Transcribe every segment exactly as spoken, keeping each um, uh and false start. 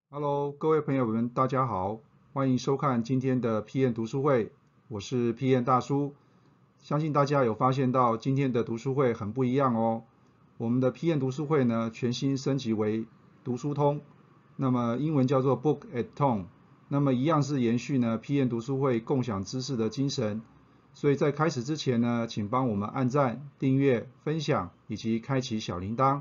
Hello，各位朋友们，大家好，欢迎收看今天的 P N 读书会，我是 P N 大叔。相信大家有发现到今天的读书会很不一样哦。我们的 P N 读书会呢，全新升级为读书通，那么英文叫做 Book at Home。那么一样是延续呢 P N 读书会共享知识的精神。所以在开始之前呢，请帮我们按赞、订阅、分享以及开启小铃铛。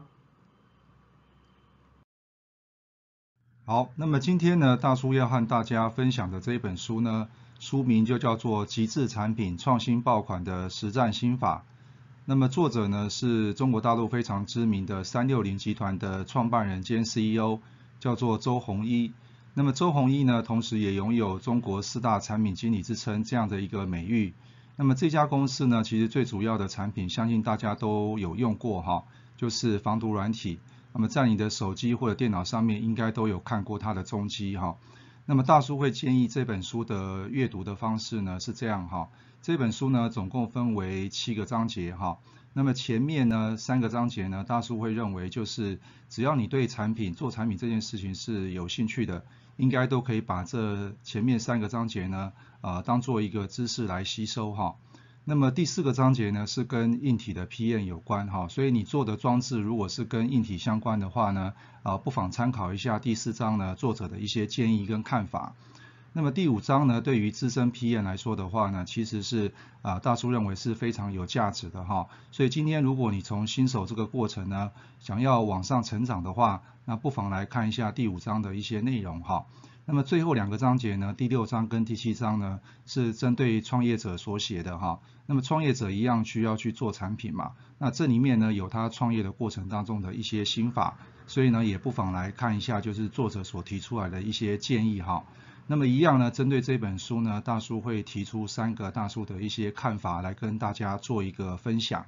好，那么今天呢，大叔要和大家分享的这一本书呢，书名就叫做《极致产品创新爆款的实战心法》。那么作者呢是中国大陆非常知名的三六零集团的创办人兼 C E O， 叫做周鸿祎。那么周鸿祎呢，同时也拥有中国四大产品经理之称这样的一个美誉。那么这家公司呢，其实最主要的产品，相信大家都有用过哈，就是防毒软体。那么在你的手机或者电脑上面应该都有看过它的踪迹哈。那么大叔会建议这本书的阅读的方式呢是这样哈，这本书呢总共分为七个章节哈。那么前面呢三个章节呢，大叔会认为就是只要你对产品做产品这件事情是有兴趣的，应该都可以把这前面三个章节呢呃当做一个知识来吸收哈。那么第四个章节呢是跟硬体的 P M 有关哈，所以你做的装置如果是跟硬体相关的话呢，啊不妨参考一下第四章呢作者的一些建议跟看法。那么第五章呢，对于资深 P M 来说的话呢，其实是啊大叔认为是非常有价值的哈。所以今天如果你从新手这个过程呢，想要往上成长的话，那不妨来看一下第五章的一些内容哈。那么最后两个章节呢，第六章跟第七章呢，是针对创业者所写的哈。那么创业者一样需要去做产品嘛，那这里面呢有他创业的过程当中的一些心法，所以呢也不妨来看一下，就是作者所提出来的一些建议哈。那么一样呢，针对这本书呢，大叔会提出三个大叔的一些看法来跟大家做一个分享。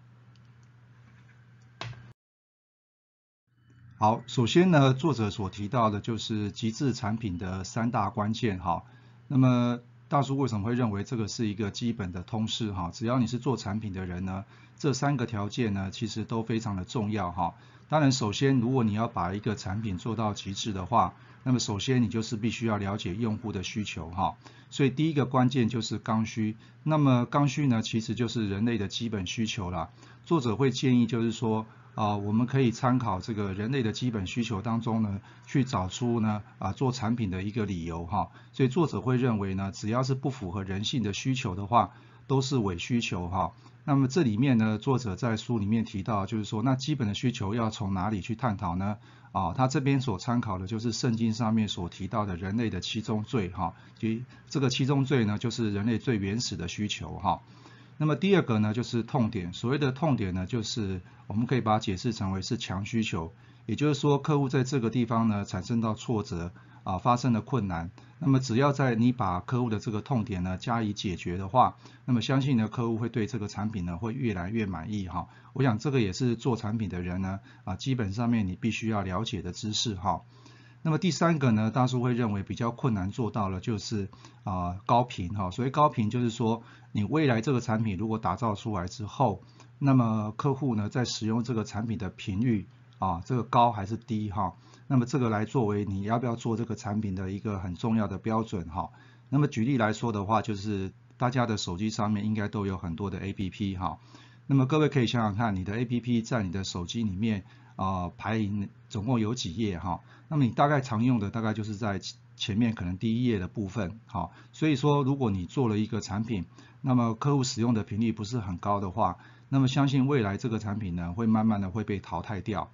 好，首先呢，作者所提到的就是极致产品的三大关键哈。那么大叔为什么会认为这个是一个基本的通识哈？只要你是做产品的人呢，这三个条件呢，其实都非常的重要哈。当然，首先如果你要把一个产品做到极致的话，那么首先你就是必须要了解用户的需求哈。所以第一个关键就是刚需。那么刚需呢，其实就是人类的基本需求啦。作者会建议就是说，啊，我们可以参考这个人类的基本需求当中呢，去找出呢啊做产品的一个理由哈。所以作者会认为呢，只要是不符合人性的需求的话，都是伪需求哈。那么这里面呢，作者在书里面提到，就是说，那基本的需求要从哪里去探讨呢？啊，他这边所参考的就是圣经上面所提到的人类的七宗罪哈。就这个七宗罪呢，就是人类最原始的需求哈。那么第二个呢，就是痛点。所谓的痛点呢，就是我们可以把它解释成为是强需求，也就是说，客户在这个地方呢产生到挫折啊，发生了困难。那么只要在你把客户的这个痛点呢加以解决的话，那么相信呢客户会对这个产品呢会越来越满意哈。我想这个也是做产品的人呢啊基本上面你必须要了解的知识哈。那么第三个呢，大叔会认为比较困难做到了，就是啊、呃、高频哈。所谓高频就是说，你未来这个产品如果打造出来之后，那么客户呢在使用这个产品的频率啊，这个高还是低哈？那么这个来作为你要不要做这个产品的一个很重要的标准哈。那么举例来说的话，就是大家的手机上面应该都有很多的 A P P 哈。那么各位可以想想看，你的 A P P 在你的手机里面啊、呃、排总共有几页哈？那么你大概常用的大概就是在前面可能第一页的部分，好，所以说如果你做了一个产品，那么客户使用的频率不是很高的话，那么相信未来这个产品呢会慢慢的会被淘汰掉。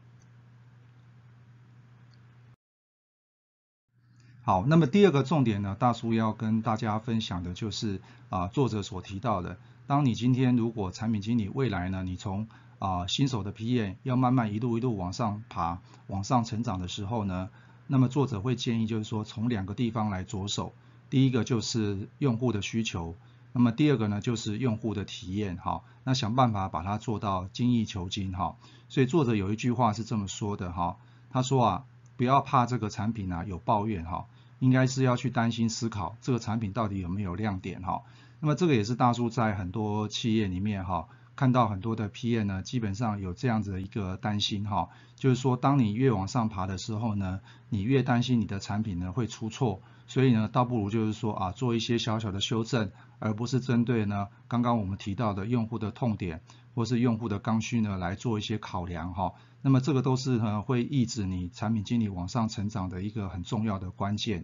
好，那么第二个重点呢，大叔要跟大家分享的就是啊作者所提到的，当你今天如果产品经理未来呢，你从啊新手的 P M 要慢慢一路一路往上爬，往上成长的时候呢，那么作者会建议就是说从两个地方来着手，第一个就是用户的需求，那么第二个呢就是用户的体验哈，那想办法把它做到精益求精哈。所以作者有一句话是这么说的哈，他说啊不要怕这个产品啊有抱怨哈。应该是要去担心思考这个产品到底有没有亮点哈。那么这个也是大叔在很多企业里面哈看到很多的 P M 呢，基本上有这样子的一个担心哈，就是说当你越往上爬的时候呢，你越担心你的产品呢会出错，所以呢，倒不如就是说啊，做一些小小的修正，而不是针对呢刚刚我们提到的用户的痛点或是用户的刚需呢来做一些考量哈。那么这个都是呢会抑制你产品经理往上成长的一个很重要的关键。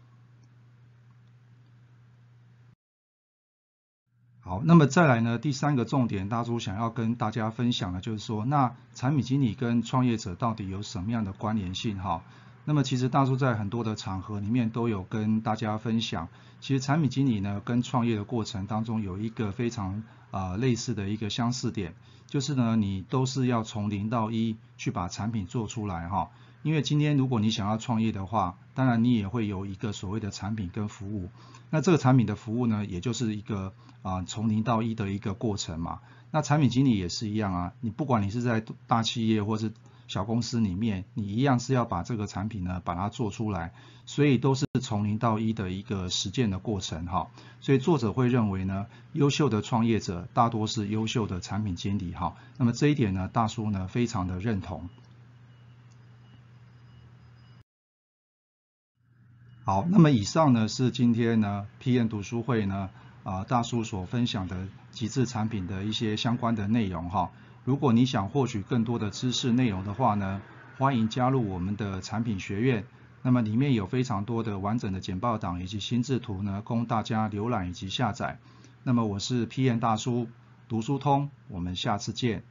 好，那么再来呢，第三个重点，大叔想要跟大家分享的就是说，那产品经理跟创业者到底有什么样的关联性哈？那么其实大叔在很多的场合里面都有跟大家分享，其实产品经理呢跟创业的过程当中有一个非常啊、呃、类似的一个相似点，就是呢你都是要从零到一去把产品做出来哈。因为今天如果你想要创业的话，当然你也会有一个所谓的产品跟服务，那这个产品的服务呢，也就是一个啊、呃、从零到一的一个过程嘛。那产品经理也是一样啊，你不管你是在大企业或是小公司里面，你一样是要把这个产品呢把它做出来，所以都是从零到一的一个实践的过程哈。所以作者会认为呢，优秀的创业者大多是优秀的产品经理哈。那么这一点呢，大叔呢非常的认同。好，那么以上呢是今天呢 P M 读书会呢啊、呃、大叔所分享的极致产品的一些相关的内容哈。如果你想获取更多的知识内容的话呢，欢迎加入我们的产品学院。那么里面有非常多的完整的简报档以及心智图呢，供大家浏览以及下载。那么我是 P M 大叔，读书通，我们下次见。